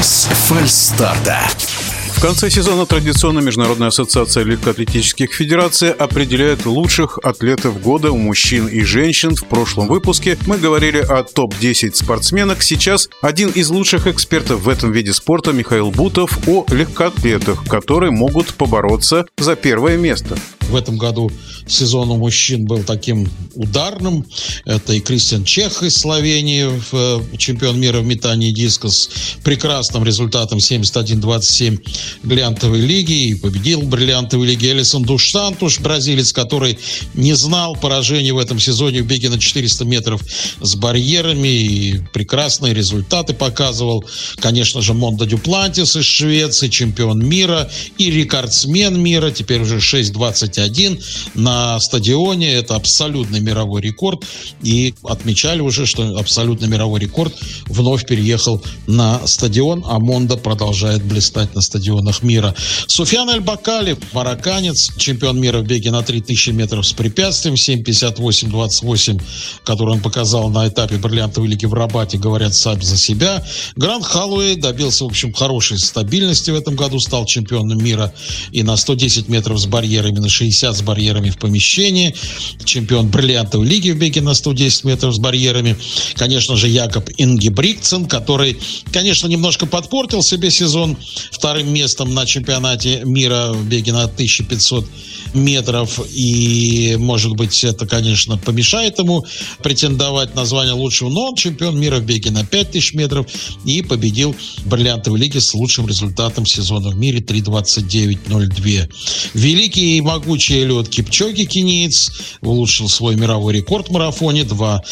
Без фальстарта. В конце сезона традиционно Международная ассоциация легкоатлетических федераций определяет лучших атлетов года у мужчин и женщин. В прошлом выпуске мы говорили о топ-10 спортсменок. Сейчас один из лучших экспертов в этом виде спорта, Михаил Бутов, о легкоатлетах, которые могут побороться за первое место. В этом году сезон у мужчин был таким ударным. Это и Кристиан Чех из Словении, чемпион мира в метании диска с прекрасным результатом 71-27 бриллиантовой лиги. И победил в бриллиантовой лиге Элисон Дус Сантуш, бразилец, который не знал поражений в этом сезоне в беге на 400 метров с барьерами. И прекрасные результаты показывал. Конечно же, Мондо Дюплантис из Швеции, чемпион мира и рекордсмен мира. Теперь уже 6:21 на стадионе. Это абсолютный мировой рекорд. И отмечали уже, что абсолютный мировой рекорд вновь переехал на стадион, а Мондо продолжает блистать на стадионах мира. Суфьян Эль-Бакали, марокканец, чемпион мира в беге на 3000 метров с препятствием, 7:58-28, который он показал на этапе бриллиантовой лиги в Рабате, говорят сами за себя. Грант Холлоуэй добился, в общем, хорошей стабильности в этом году, стал чемпионом мира и на 110 метров с барьерами, на 60 с барьерами в помещении, чемпион бриллиантовой лиги в беге на 110 метров с барьерами. Конечно же, Якоб Ингебригтсен, который, конечно, немножко подпортил себе сезон вторым местом на чемпионате мира в беге на 1500 метров. И, может быть, это, конечно, помешает ему претендовать на звание лучшего. Но он чемпион мира в беге на 5000 метров и победил в бриллиантовой лиге с лучшим результатом сезона в мире 3:29:02. Великий и могучий Элиот Кипчоги, кениец, улучшил свой мировой рекорд в марафоне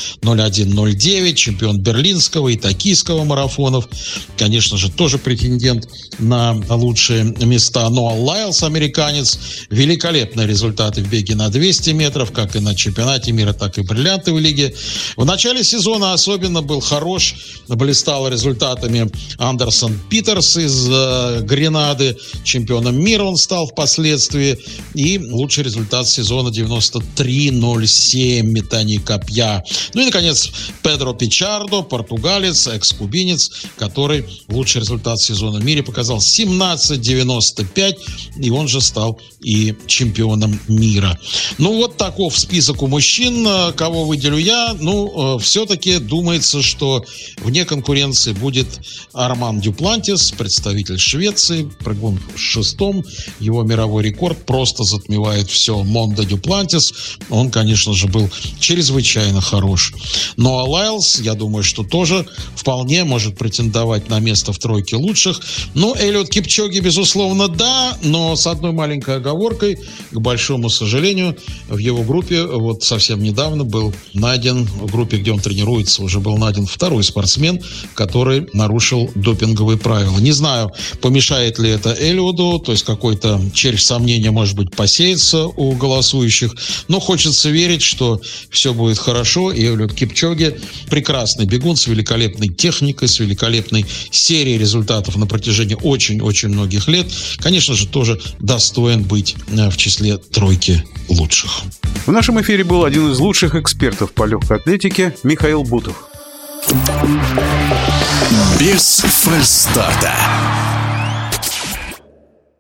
2:01:09, чемпион берлинского и токийского марафонов. Конечно же, тоже претендент на лучшие места. Ноа Лайлс, американец, великолепные результаты в беге на 200 метров, как и на чемпионате мира, так и в бриллиантовой лиге. В начале сезона особенно был хорош, блистал результатами Андерсон Питерс из Гренады, чемпионом мира он стал впоследствии, и лучший результат сезона 93:07 метаний копья. Ну и, наконец, Педро Пичардо, португалец, экс-кубинец, который лучший результат сезона в мире показал 17:95, и он же стал и чемпионом мира. Ну, вот таков список у мужчин. Кого выделю я? Ну, все-таки думается, что вне конкуренции будет Арман Дюплантис, представитель Швеции, прыгун в 6-м. Его мировой рекорд просто затмевает все. Мондо Дюплантис, он, конечно же, был чрезвычайно хорош. Ноа Лайлс, я думаю, что тоже вполне может претендовать на место в тройке лучших. Ну, Элиот Кипчоги, безусловно, да, но с одной маленькой оговоркой. К большому сожалению, в его группе вот совсем недавно был найден, в группе, где он тренируется, уже был найден второй спортсмен, который нарушил допинговые правила. Не знаю, помешает ли это Элиоту, то есть какой-то червь сомнения, может быть, посеется у голосующих, но хочется верить, что все будет хорошо, и Элиот Кипчоги прекрасный бегун с великолепной техникой, с великолепной серией результатов на протяжении очень-очень многих лет, конечно же, тоже достоин быть в числе тройки лучших. В нашем эфире был один из лучших экспертов по легкой атлетике Михаил Бутов. Без фальстарта.